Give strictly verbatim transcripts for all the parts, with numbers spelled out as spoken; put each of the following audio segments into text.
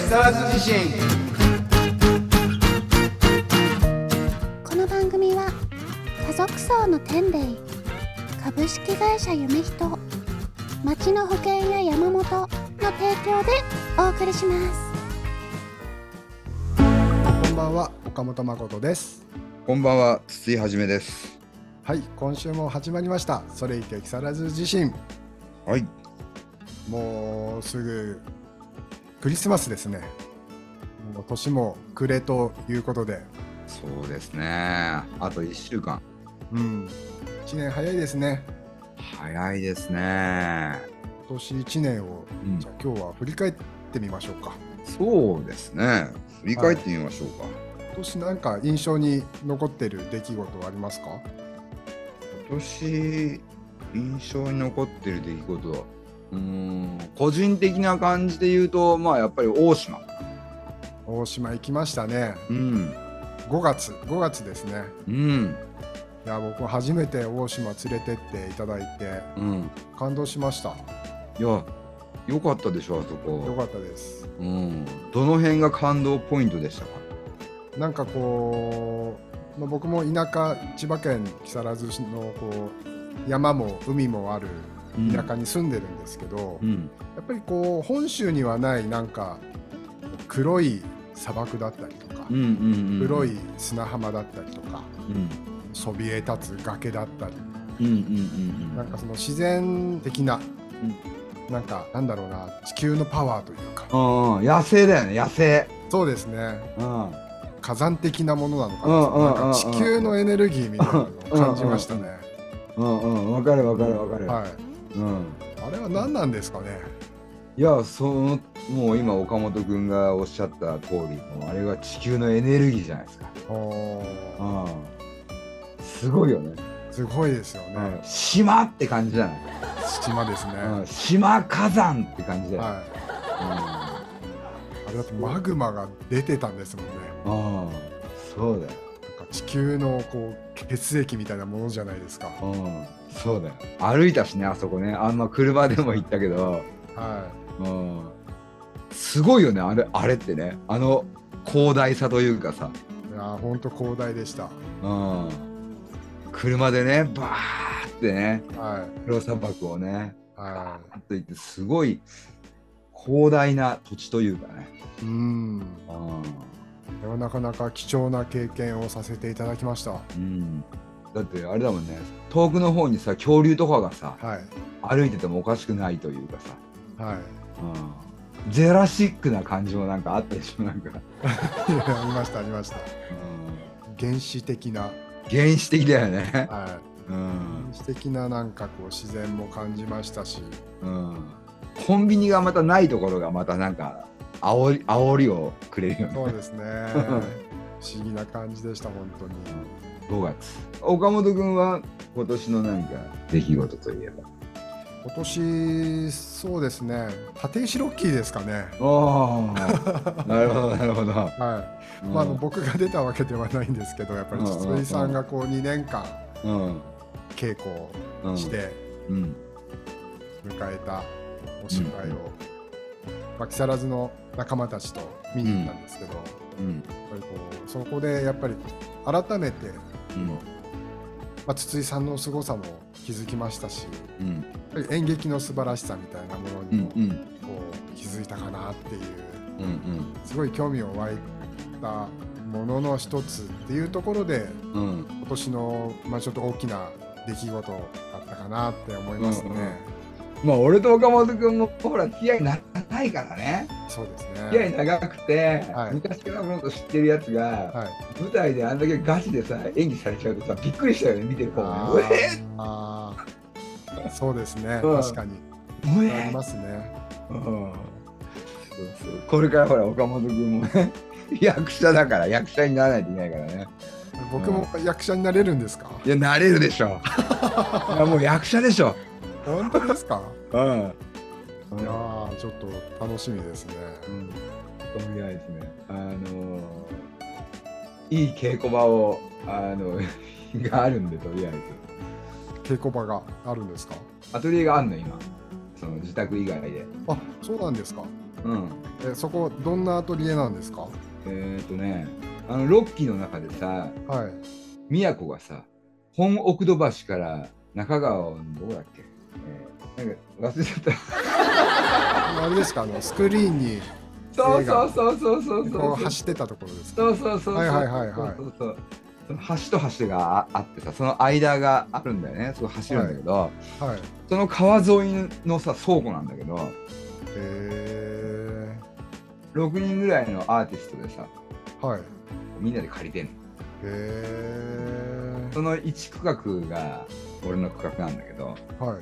木更津地震。 この番組は家族層の天霊、株式会社夢人、町の保険や山本の提供でお送りします。 こんばんは、岡本誠です。 こんばんは、筒井はじめです。 はい、今週も始まりました。それいけ木更津地震。 はい。 もうすぐクリスマスですね。もう年も暮れということで。 そうですね。あといっしゅうかん。 うん。いちねん早いですね。 早いですね。 今年いちねんを、 うん、 じゃあ今日は振り返ってみましょうか。 そうですね。振り返ってみましょうか。はい、 今年なんか印象に残ってる出来事はありますか？ 今年印象に残ってる出来事、うーん、個人的な感じで言うと、まあやっぱり大島。 大島行きましたね。 うん。 ごがつ、ごがつですね。 うん。 いや、僕初めて大島連れてっていただいて、うん、感動しました。 いや、良かったでしょ、あそこ。 良かったです。 うん。どの辺が感動ポイントでしたか？ なんかこう、まあ、僕も田舎、千葉県木更津市のこう山も海もある田舎に住んでるんですけど、うん、やっぱりこう本州にはないなんか黒い砂漠だったりとか、うんうんうん、黒い砂浜だったりとか、うん、そびえ立つ崖だったり、うんうんうんうん、なんかその自然的な、うん、なんかなんだろうな、地球のパワーというか、 うん、野生だよね、野生。 そうですね、うん、火山的なものなのかな、 うんうん、 なんか地球のエネルギーみたいなのを感じましたね。 うんうん、わかるわかるわかる。 はい、うん、あれは何なんですかね。 いや、そのもう今岡本君がおっしゃった通り、もうあれが地球のエネルギーじゃないですか。ああ、すごいよね。 すごいですよね。 うん、島って感じじゃない。 島ですね。 うん、島火山って感じだよ。はい、うん、 あれだとマグマが出てたんですもんね。 ああ、そうだよ。 なんか地球のこう血液みたいなものじゃないですか。 うん、そうだよ。歩いたしね、あそこね。あんま車でも行ったけど、はい、うん、すごいよね、あれ、あれってね、あの広大さというかさ。 いや、ほんと広大でした。 うん、車でね、バーってね、はい、黒砂漠をね、はい、と言ってすごい広大な土地というかね。うん。 これはなかなか貴重な経験をさせていただきました。 うん。だってあれだもんね、遠くの方にさ、恐竜とかがさ、はい、歩いててもおかしくないというかさ、はい、うん、ジェラシックな感じもなんかあったでしょ、なんか。 ありましたありました。うん、原始的な。 原始的だよね。 はい。うん、原始的ななんかこう自然も感じましたし、 うん、コンビニがまたないところがまたなんか煽り、煽りをくれるよね。 そうですね。不思議な感じでした、本当に。 ごがつ。岡本君は今年の何か出来事といえば。 今年、そうですね、立石ロッキーですかね。 ああ、なるほどなるほど。 はい。まあ、あの僕が出たわけではないんですけど、やっぱり筒井さんがこうにねんかん稽古して迎えたお芝居を、まあ、木更津の仲間たちと見に行ったんですけど、うんうん、やっぱりこうそこでやっぱり改めて、うん、まあ、筒井さんの凄さも気づきましたし、うん、やっぱり演劇の素晴らしさみたいなものにも、うんうん、こう気づいたかなっていう、うんうん、すごい興味を湧いたものの一つっていうところで、うん、今年の、まあ、ちょっと大きな出来事だったかなって思いますね。うんうん、 まあ俺と岡本君もほら付き合い長いからね。 そうですね。 付き合い長くて、はい、昔からものと知ってるやつが、はい、舞台であんだけガチでさ演技されちゃうとさ、びっくりしたよね、見てる方もね。 ああ、そうですね、うん、確かにありますね。うん、そうそう、これからほら岡本君もね役者だから役者にならないといけないからね。 僕も役者になれるんですか？ いや、なれるでしょ。いや、もう役者でしょ。 本当ですか？ うん。いやー、ちょっと楽しみですね。 うん。とりあえずね、あのー、いい稽古場をあのがあるんで、とりあえず。稽古場があるんですか？ アトリエがあるの今。その自宅以外で。 あ、そうなんですか。 うん、えそこどんなアトリエなんですか？ えっ、ー、とねあのロッキーの中でさ、はい、宮古がさ本奥戸橋から中川をどうだっけ、えー、なんか忘れちゃったあれですか、あのスクリーンにそうそうそうそうそうこう走ってたところですか？ そうそうそうそうはいはいはいはいそうそう橋と橋があってさ、その間があるんだよね。そこ走るんだけど、はいはい、その川沿いのさ倉庫なんだけど、へーろくにんぐらいのアーティストでさ、はい、みんなで借りてんの。へーそのいち区画が俺の区画なんだけど、はい、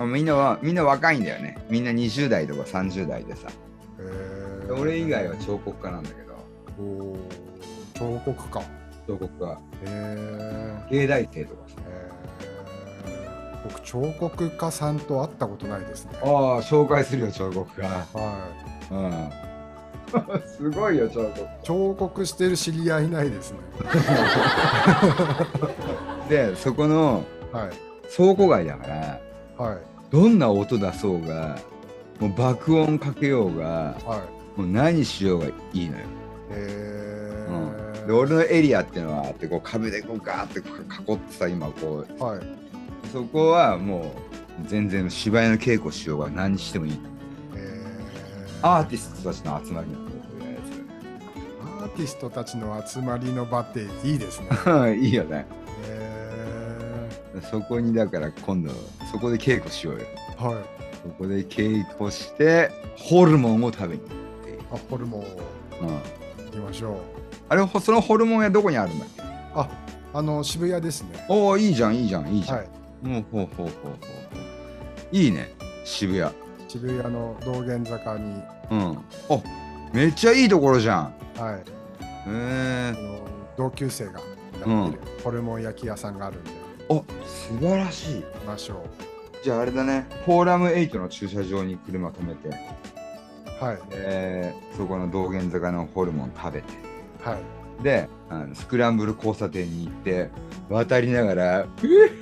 みんなはみんな若いんだよね。みんなにじゅう代とかさんじゅう代でさ、へー俺以外は彫刻家なんだけど。 お彫刻家彫刻家、えー、芸大生とかさ、 えー、僕彫刻家さんと会ったことないですね。 ああ紹介するよ彫刻家、はい、うん、すごいよ彫刻彫刻してる知り合いいないですねでそこの、はい、倉庫街だから、はい、どんな音出そうがもう爆音かけようが、はい、もう何しようがいいのよ。へー、うんで俺のエリアっていうのはあってこう壁でこうガーって囲ってさ今こう、はい、そこはもう全然芝居の稽古しようが何してもいい、えー、アーティストたちの集まりなんでアーティストたちの集まりの場っていいですねいいよね、えー、そこにだから今度そこで稽古しようよ、はい、そこで稽古してホルモンを食べに行ってあホルモンを、うん、行きましょう。 あれそのホルモン屋どこにあるんだっけ？ あ、あの渋谷ですね。 おおいいじゃんいいじゃんいいじゃん。はい。もうほうほうほうほうほう。いいね渋谷。 渋谷の道玄坂に。 うん。あめっちゃいいところじゃん。はい。へえ。同級生がやってる、うん、ホルモン焼き屋さんがあるんで。 お素晴らしい。 行きましょう。 じゃああれだね。フォーラムエイトの駐車場に車止めて。はい。えー、そこの道玄坂のホルモン食べて。はい、であのスクランブル交差点に行って渡りながら「うっ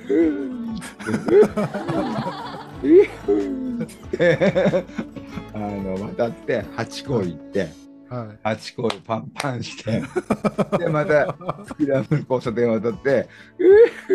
ってあの渡って八甲行って、はい、八甲パンパンしてでまたスクランブル交差点渡って「う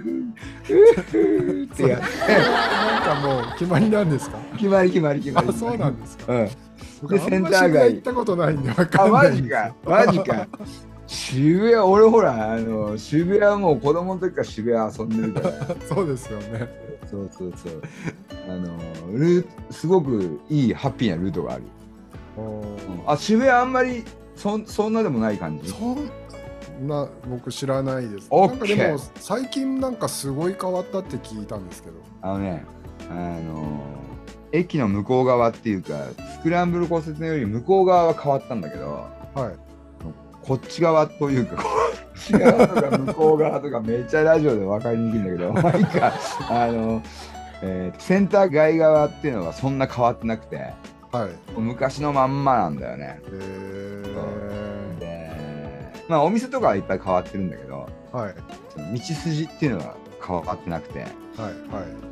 っってやってなんかもう決まりなんですか？ 決まり決まり決まり。 あそうなんですか。 うんでセンター街行ったことないんで分かんないんですよ。 マジかマジか渋谷俺ほらあの渋谷はもう子供の時から渋谷遊んでるからそうですよね。 そうそうそうあのルすごくいいハッピーなルートがある。うん、あ渋谷あんまり そ, そんなでもない感じ？ そんな僕知らないです。なんかでも最近なんかすごい変わったって聞いたんですけど。 あのねあの駅の向こう側っていうかスクランブル交差点より向こう側は変わったんだけど、はい、こっち側というかこっち側とか向こう側とかめっちゃラジオで分かりにくいんだけどまあいいかあの、えー、センター街側っていうのはそんな変わってなくて、はい、昔のまんまなんだよね。へでまあお店とかはいっぱい変わってるんだけど、はい、その道筋っていうのは変わってなくて、はいはい、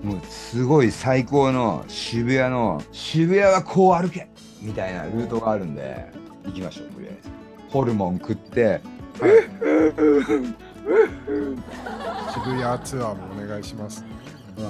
もうすごい最高の渋谷の渋谷はこう歩けみたいなルートがあるんで行きましょう。とりあえずホルモン食って、はい、 渋谷ツアーもお願いします、 うん、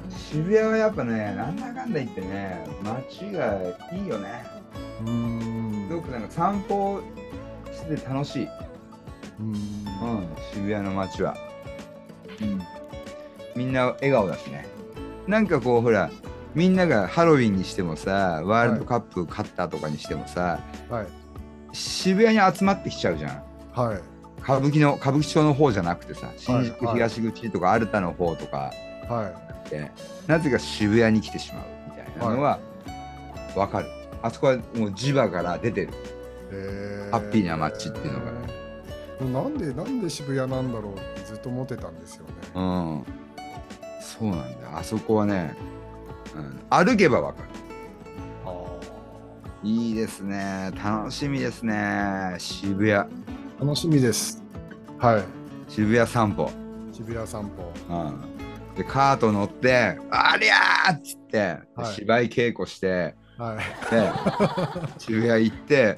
渋谷はやっぱねなんだかんだ言ってね街がいいよね。うーんすごくなんか散歩して楽しい。うーん、うん、渋谷の街は、うんみんな笑顔だしね。なんかこうほらみんながハロウィンにしてもさワールドカップ勝ったとかにしてもさ、はい、渋谷に集まってきちゃうじゃん、はい、歌舞伎の歌舞伎町の方じゃなくてさ新宿東口とかアルタの方とか、はい、でなぜか渋谷に来てしまうみたいなのは分かる、はい、あそこはもう磁場から出てるハッピーな街っていうのがなんでなんで渋谷なんだろうってずっと思ってたんですよね。 うんそうなんだあそこはね、うん、歩けばわかる。あいいですね楽しみですね渋谷楽しみです。はい渋谷散歩渋谷散歩、 うん、でカート乗ってありゃーっつって、はい、芝居稽古してはい、 で渋谷行って、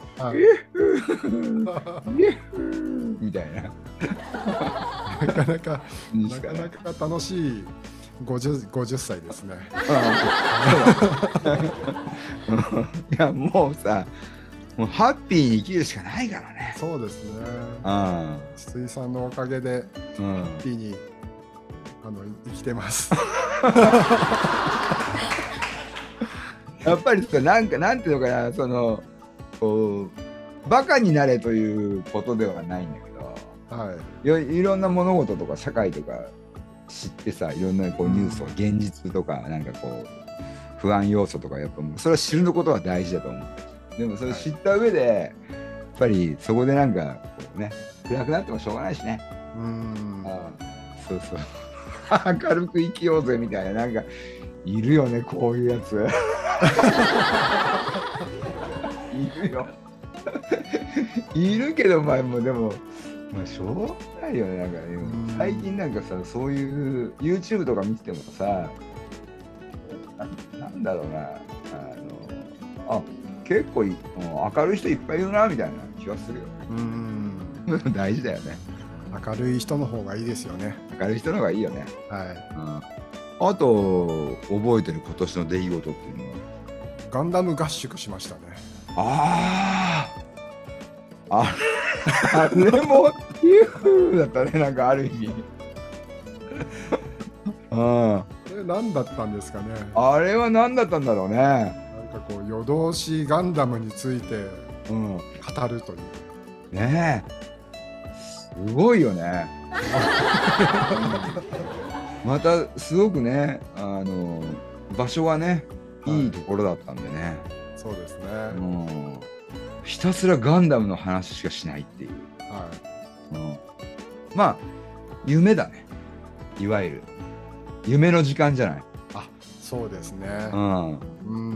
はい、みたいななかなかなかなか楽しいごじゅう、ごじゅっさいですね。 いやもうさ、もうハッピーに生きるしかないからね。 そうですね。筒井さんのおかげでハッピーに、あの生きてます。 やっぱりさ、なんかなんていうのかな、そのこうバカになれということではないんだけど、はい、い, いろんな物事とか社会とか知ってさ、いろんなこうニュースとか現実とかなんかこう不安要素とかやっぱもうそれは知ることは大事だと思う。でもそれ知った上で、はい、やっぱりそこでなんかこうね、暗くなってもしょうがないしね。うーん、ああ、そうそう明るく生きようぜみたいな、なんかいるよね、こういうやつ。いるよ。いるけど、まあもうでも、まあ、しょうがないよね。なんかね、最近なんかさ、そういう YouTube とか見ててもさ、な, なんだろうな、あの、あ、結構い明るい人いっぱいいるなみたいな気はするよね。うん、大事だよね。 明るい人の方がいいですよね。 明るい人の方がいいよね。はい。うん、あと覚えてる今年の出来事っていうのはガンダム合宿しましたね。 ああ、あれもヒューだったね、なんかある意味。 あれ何だったんですかね。 あれは何だったんだろうね。なんかこう夜通しガンダムについて語るという、 うん、ねえ、すごいよね。またすごくね、あの場所はね、いいところだったんでね、はい、 そうですね、 うん、ひたすらガンダムの話しかしないっていう、はい、うん、まあ夢だね、いわゆる夢の時間じゃない。 あ、そうですね、うん、うん、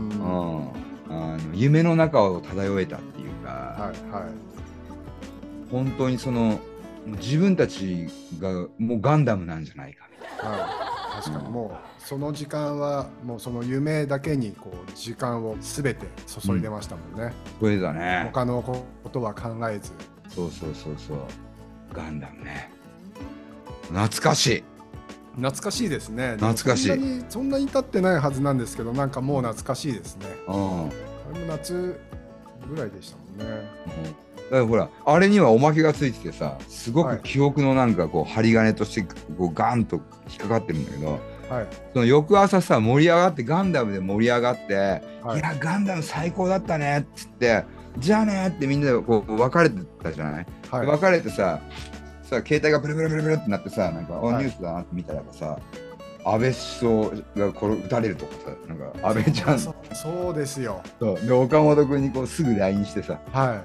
うん、あの夢の中を漂えたっていうか、はいはい、本当にその自分たちがもうガンダムなんじゃないかみたいな、はい、 確かにもうその時間はもうその夢だけにこう時間をすべて注いでましたもんね。 それだね。 他のことは考えず。 そうそうそうそう。ガンダムね。懐かしい。 懐かしいですね。 懐かしい。 そんなにそんなに経ってないはずなんですけど、なんかもう懐かしいですね。うん。あれも夏ぐらいでしたもんね。うん、 だからほら、あれにはおまけがついててさ、すごく記憶のなんかこう針金としてこうガンと引っかかってるんだけど、はい、その翌朝さ、盛り上がってガンダムで盛り上がって、はい、いやガンダム最高だったねっつって、じゃあねってみんなでこう別れてたじゃない、はい、別れてさ、さ携帯がブルブルブルブルってなってさ、なんか、はい、ニュースだなって見たらさ、安倍首相がこれ撃たれるとかさ、なんか安倍ちゃん、 そ, そうですよ。 そうで岡本君にこうすぐ ライン してさ、はい、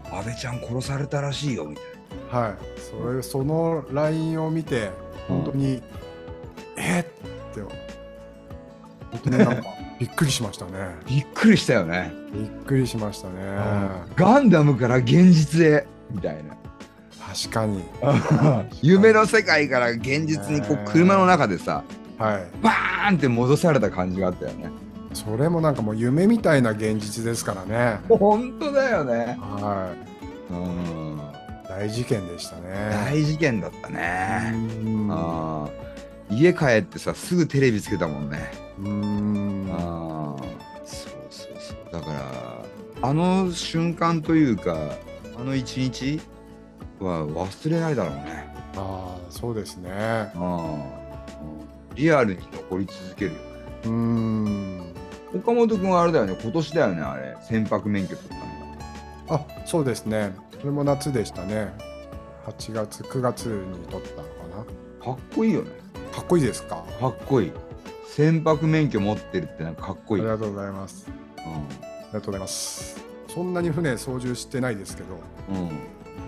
安倍ちゃん殺されたらしいよみたいな。はい、それその ライン を見て本当に、うん、えっって本当になんかびっくりしましたね。 びっくりしたよね。 びっくりしましたね。 ガンダムから現実へみたいな。 確かに夢の世界から現実にこう車の中でさ、はい、バーンって戻された感じがあったよね。 それもなんかもう夢みたいな現実ですからね。 本当だよね。 はい、うん、大事件でしたね。 大事件だったね。あ、家帰ってさ、すぐテレビつけたもんね。うーん、あ、そうそうそう。だからあの瞬間というか、あの一日は忘れないだろうね。 ああ、そうですね。あ、うん、 リアルに残り続けるよね。うーん。岡本君はあれだよね、今年だよね、あれ船舶免許取ったの。あ、そうですね。それも夏でしたね。はちがつくがつに取ったのかな。かっこいいよね。 かっこいいですか。 かっこいい。船舶免許持ってるってなんかかっこいい。 ありがとうございます。うん、ありがとうございます。そんなに船操縦してないですけど、うん、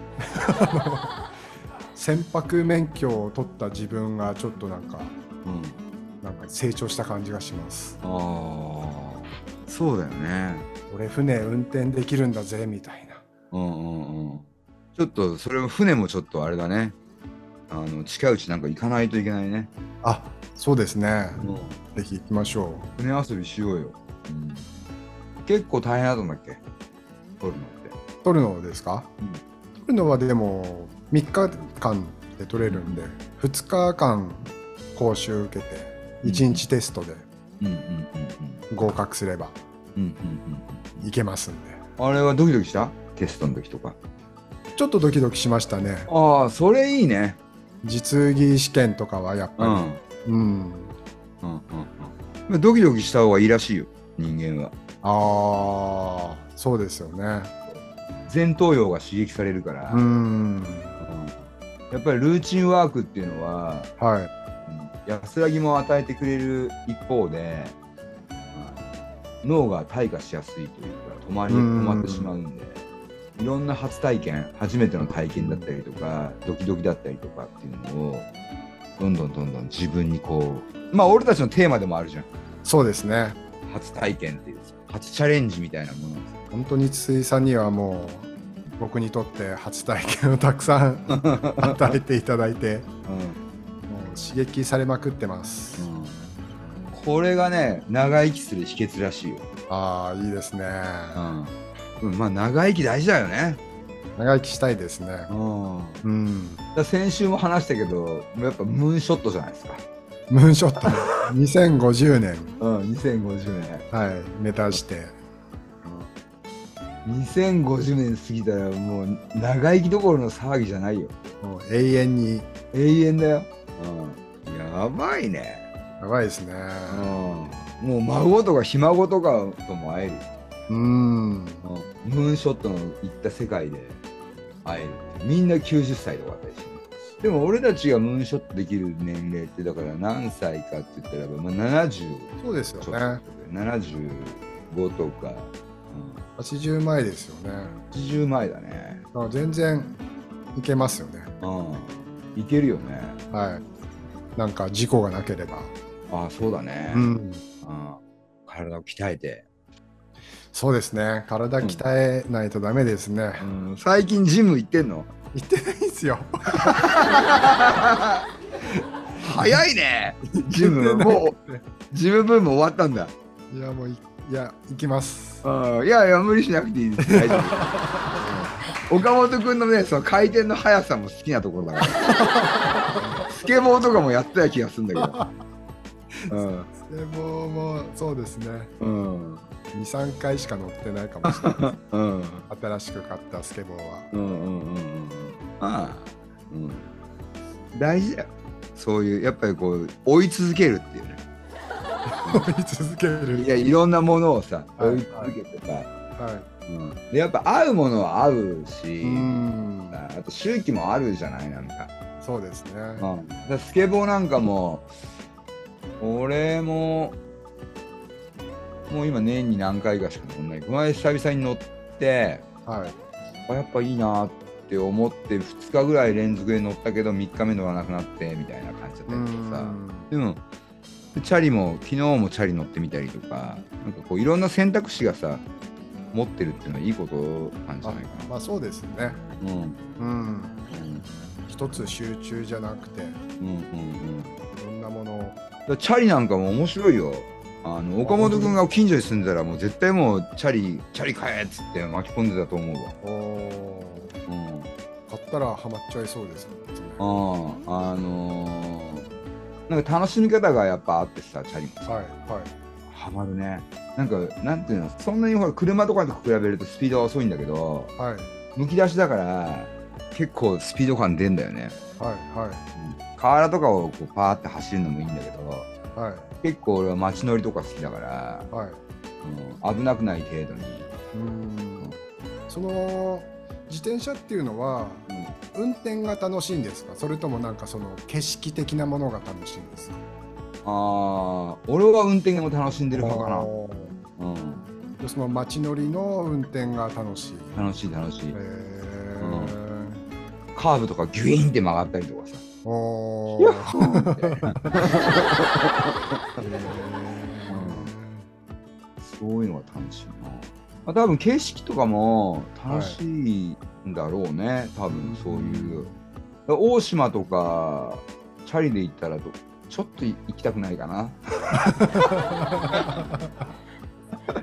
船舶免許を取った自分がちょっとなんか、うん、なんか成長した感じがします。ああ、 そうだよね。 俺船運転できるんだぜみたいな。うんうんうん。ちょっとそれも船もちょっとあれだね。あの近いうちなんか行かないといけないね。 あ、そうですね。うん、ぜひ行きましょう。船遊びしようよ。うん、 結構大変だったんだっけ、撮るのって。 撮るのですか、うん、撮るのはでもみっかかんで撮れるんで、ふつかかん講習受けていちにちテストで合格すればいけますんで。 あれはドキドキした？テストの時とか。 ちょっとドキドキしましたね。 ああ、それいいね。 実技試験とかはやっぱり、うんうんうんうん、ドキドキした方がいいらしいよ、人間は。 ああ、そうですよね。 前頭葉が刺激されるから。うん、うん、やっぱりルーチンワークっていうのは、はい、安らぎも与えてくれる一方で、うん、脳が退化しやすいというか止まり止まってしまうんで、いろんな初体験、初めての体験だったりとかドキドキだったりとかっていうのをどんどんどんどん自分にこう、まあ俺たちのテーマでもあるじゃん。 そうですね。 初体験っていう初チャレンジみたいなもの。 本当に筒井さんにはもう僕にとって初体験をたくさん与えていただいて、うん、もう刺激されまくってます、うん、 これがね長生きする秘訣らしいよ。 ああ、いいですね、 うん、まあ長生き大事だよね。 長生きしたいですね。うん、 うん、だ先週も話したけどやっぱムーンショットじゃないですか。 ムーンショットにせんごじゅうねんうん、にせんごじゅうねん、はい、目指して、 うん、にせんごじゅうねん過ぎたらもう長生きどころの騒ぎじゃないよ。 もう永遠に永遠だよ、うん、やばいね。 やばいですね、 うん、もう孫とかひ孫とかとも会える。うん、うん、ムーンショットの行った世界で会える。みんなきゅうじゅっさいとかあったりして。でも俺たちがムーンショットできる年齢ってだから何歳かって言ったら、まあ、ななじゅう。 そうですよね。 ななじゅうごとか、うん、 はちじゅうまえですよね。 はちじゅうまえだね。 あ、全然いけますよね。 うん、いけるよね。 はい。なんか事故がなければ。 ああ、そうだね。うん、あ、体を鍛えて。 そうですね。体鍛えないとダメですね。 うんうん、最近ジム行ってんの？ 行ってないんですよ。 早いね。ジムもうジムブーム終わったんだ。 いやもういや行きます。 あ、いやいや無理しなくていいです。大丈夫。岡本君のねその回転の速さも好きなところだから。スケボーとかもやったよ気がするんだけど。 うん、スケボーもそうですね。うん。にさんかいしか乗ってないかもしれない、うん、新しく買ったスケボーは。うんうんうんうん。 ああ、うん。大事だよ。そういうやっぱりこう追い続けるっていうね。 追い続ける。 いやいろんなものをさ、はい、追い続けてさ。はい。うん。でやっぱ合うものは合うし、うん、あと周期もあるじゃないなんか。 そうですね。 うん。だスケボーなんかも俺も。もう今年に何回かしか乗んない。この間久々に乗って、はい、あやっぱいいなって思ってふつかぐらい連続で乗ったけどみっかめ乗らなくなってみたいな感じだったりとかさ。でもチャリも昨日もチャリ乗ってみたりとか、なんかこういろんな選択肢がさ持ってるっていうのはいいことなんじゃないかな。 あ、まあそうですね。うん。うん。うん、一つ集中じゃなくて、うんうんうん、いろんなものを。チャリなんかも面白いよ。あの岡本君が近所に住んでたらもう絶対もうチャリチャリ買えっつって巻き込んでたと思うわ。お、 うん、買ったらハマっちゃいそうですね。 ああ、あのー、なんか楽しみ方がやっぱあってさ、チャリもさ、はいはい、ハマるね。なんかなんていうの、そんなにほら車とかと比べるとスピードは遅いんだけど、はい、むき出しだから結構スピード感出んだよね。はいはい。うん、河原とかをこうパーって走るのもいいんだけど、はい、結構俺は街乗りとか好きだから、はい、うん、危なくない程度に。うん、 うん、その自転車っていうのは、うん、運転が楽しいんですか？それともなんかその景色的なものが楽しいんですか？ ああ、俺は運転も楽しんでる派かな。 うん、その街乗りの運転が楽しい。 楽しい楽しい。へー、うん、カーブとかギュイーンって曲がったりとかさ。おー、そういうのが楽しいな。まあ、多分景色とかも楽しいんだろうね、はい、多分そういう。大島とかチャリで行ったらとちょっと行きたくないかな。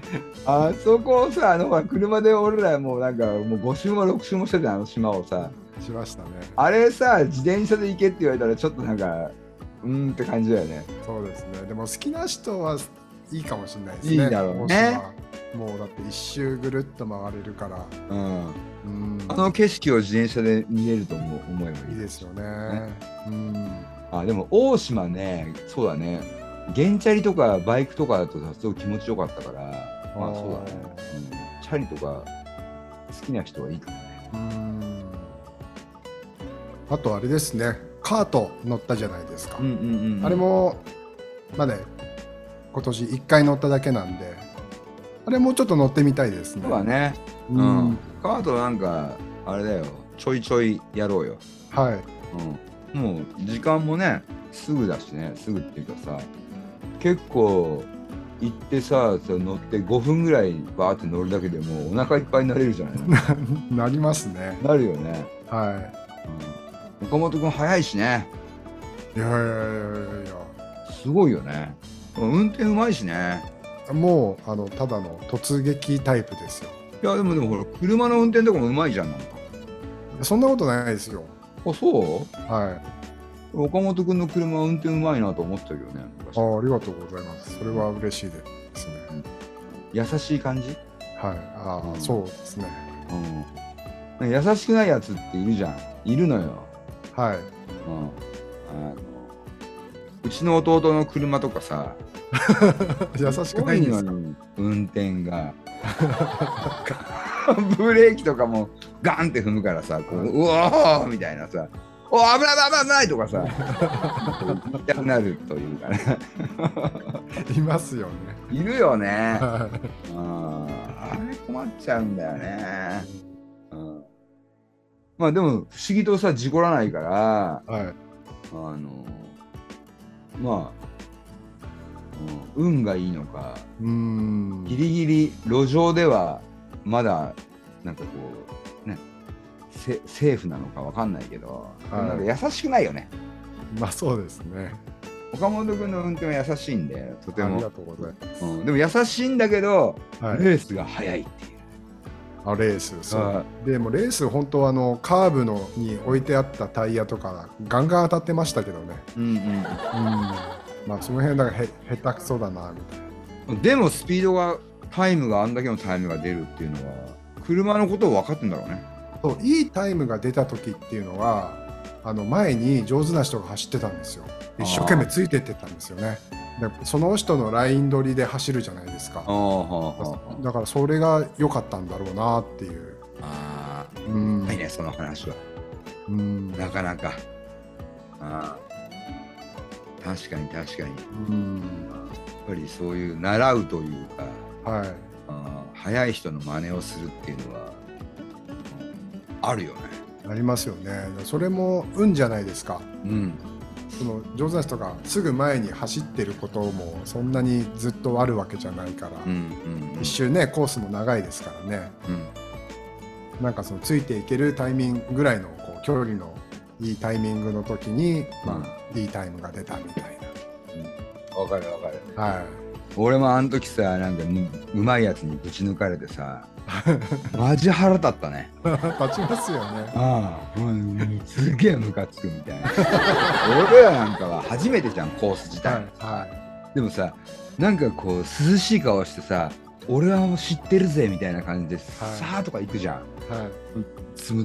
あそこさ、あの車で俺らもうなんかもうご周もろく周もしてたあの島をさ。 しましたね。 あれさ、自転車で行けって言われたらちょっとなんかうーんって感じだよね。 そうですね。でも好きな人はいいかもしれないですね。 いいだろうね。 もうだって一周ぐるっと回れるから、うん、 うんあの景色を自転車で見れると思思えばいい。 いいですよね。ねうん、 あでも大島ね、そうだね。原チャリとかバイクとかだとさすごい気持ちよかったから、まあそうだね、うん。チャリとか好きな人はいいかもね。うんあとあれですね、カート乗ったじゃないですか。 うんうんうんうん、 あれもまだ、ね、今年いっかい乗っただけなんで、あれもうちょっと乗ってみたいですね。 そうだね。うん。うん、カートなんかあれだよ、ちょいちょいやろうよ。 はい。 うん、もう時間もねすぐだしね、すぐっていうかさ、結構行ってさ、乗ってごふんぐらいバーって乗るだけでもうお腹いっぱいになれるじゃないなりますね。 なるよね。 はい。 うん、岡本君早いしね。 いやいやいやいやすごいよね。運転うまいしね。 もうあのただの突撃タイプですよ。 いやでもでもほら車の運転とかもうまいじゃん。なんかそんなことないですよ。 あ、そう？ はい。 岡本君の車は運転うまいなと思ってたけどね。 ああ、ありがとうございます。それは嬉しいですね。うん、 優しい感じ？ はい。ああ、うん、そうですね。 うん。優しくないやつっているじゃん。いるのよ。 はい。うん。 あのうちの弟の車とかさ。 優しくないんですか？ 運転がブレーキとかもガンって踏むからさ、こう、うおーみたいなさ、おー危ない危ない危ないとかさ言いたくなるというかねいますよね。 いるよね。ああれ困っちゃうんだよね。うん、まあでも不思議とさ事故らないから、はい、あのまあうん、運がいいのか、うーんギリギリ路上ではまだなんかこうねセセーフなのかわかんないけど、はい、なんか優しくないよね。 まあそうですね。 岡本君の運転は優しいんでとても。 ありがとうございます。 うん、でも優しいんだけど、はい、レースが速いっていう。 あレースそうでもレース本当あのカーブのに置いてあったタイヤとかガンガン当たってましたけどね。うんうん。うんまあその辺だからへ下手くそだなみたいな。 でもスピードがタイムがあんだけのタイムが出るっていうのは車のことを分かってんだろうね。 そういいタイムが出た時っていうのはあの前に上手な人が走ってたんですよ。一生懸命ついてってったんですよね。でその人のライン取りで走るじゃないですか。あだからそれが良かったんだろうなっていう。 ああ、うん、いいねその話は。うん、なかなか。あ確かに確かに、うん、やっぱりそういう習うというか、はい、あ速い人の真似をするっていうのはあるよね。 ありますよね。それも運じゃないですか。うん、その上手な人がすぐ前に走ってることもそんなにずっとあるわけじゃないから、うんうんうん、一周ねコースも長いですからね、うん、なんかそのついていけるタイミングぐらいのこう距離のいいタイミングの時に、まあ、うん、いいタイムが出たみたいな。わ、うん、かるわかる。はい。俺もあの時さなんかうまいやつにぶち抜かれてさマジ腹立ったね。 立ちますよね。 ああ、もうすげえムカつくみたいな。俺らなんかは初めてじゃんコース自体。はいはい、でもさなんかこう涼しい顔してさ俺はもう知ってるぜみたいな感じで、はい、さあとか行くじゃん。はい、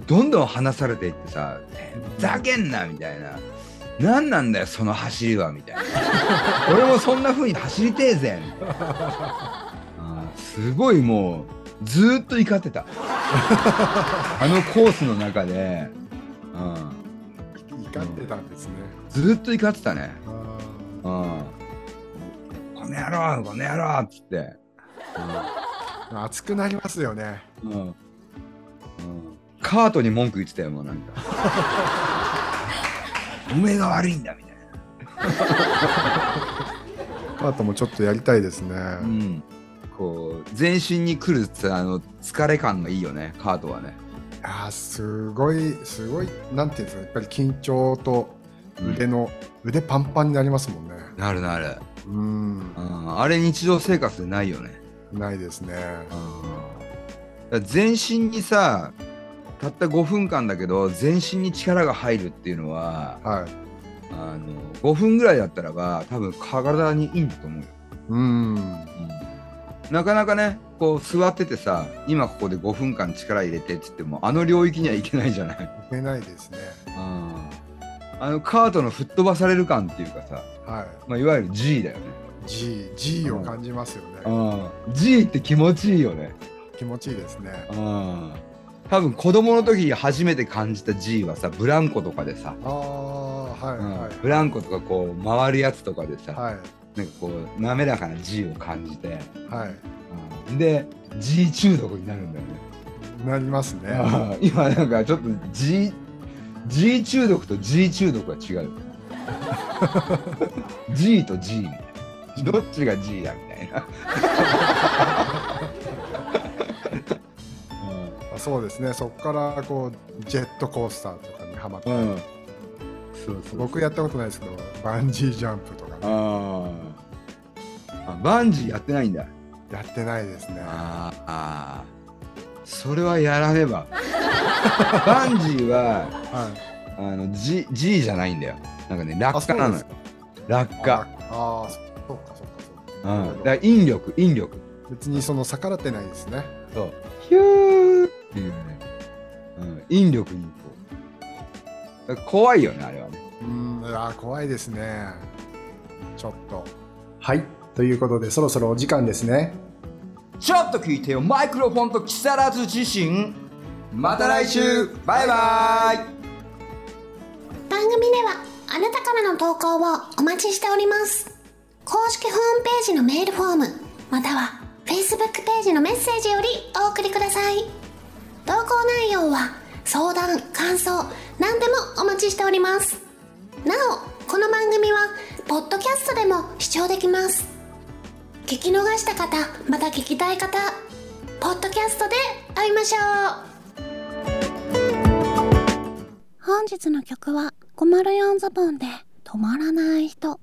どんどん離されていってさふざけんなみたいな。何なんだよその走りはみたいな。俺もそんな風に走りてえぜみたいな。あすごいもうずーっと怒ってた。あのコースの中で、 うん、怒ってたんですね。 ずーっと怒ってたね。うん、この野郎この野郎っつって、 うん、熱くなりますよね。うんうん、 カートに文句言ってたよもうなんか。おめえが悪いんだみたいな。 カートもちょっとやりたいですね。うん、 こう全身に来るあの疲れ感がいいよねカートはね。 いやすごいすごいなんていうんですかやっぱり緊張と腕の、うん、腕パンパンになりますもんね。 なるなる。うん、あ, あれ日常生活でないよね。 ないですね。 うん、全身にさたったごふんかんだけど全身に力が入るっていうのは、はい、あのごふんぐらいだったらば多分体にいいんだと思うよ。うん、うん、なかなかねこう座っててさ今ここでごふんかん力入れてっつってもあの領域にはいけないじゃない。いけないですね。 うん、あのカートの吹っ飛ばされる感っていうかさ、はいまあ、いわゆる G だよね。 G, G を感じますよね。 うん、G って気持ちいいよね。 気持ちいいですね。 うん、多分子供の時初めて感じた G はさブランコとかでさ、あ、はいはいはい、ブランコとかこう回るやつとかでさ、はい、なんかこう滑らかな G を感じて、はい、うん、で G 中毒になるんだよね。 なりますね。 今なんかちょっと G, G 中毒と G 中毒は違う。G と G みたいな。どっちが G だみたいな。 うん、そうですね。そこからこうジェットコースターとかにハマって、うん、そうそうそう、僕やったことないですけどバンジージャンプとか、ね、ああバンジーやってないんだ。 やってないですね。 ああそれはやらねば。バンジーは、はい、あの G, G じゃないんだよ。なんかね落下なのよ。落下。ああそうかそうかそうか。うん、だから引力引力。 別にその逆らってないですね。 そう。ヒューっていうね、うん、引力にこう。怖いよねあれはね。 うん、あ怖いですね。ちょっと。はいということでそろそろお時間ですね。 ちょっと聞いてよマイクロフォンと木更津自身。また来週バイバイ。 番組ではあなたからの投稿をお待ちしております。公式ホームページのメールフォームまたは Facebook ページのメッセージよりお送りください。投稿内容は相談感想何でもお待ちしております。なおこの番組はポッドキャストでも視聴できます。聞き逃した方また聞きたい方ポッドキャストで会いましょう。本日の曲はごまるよんズボンで止まらない人。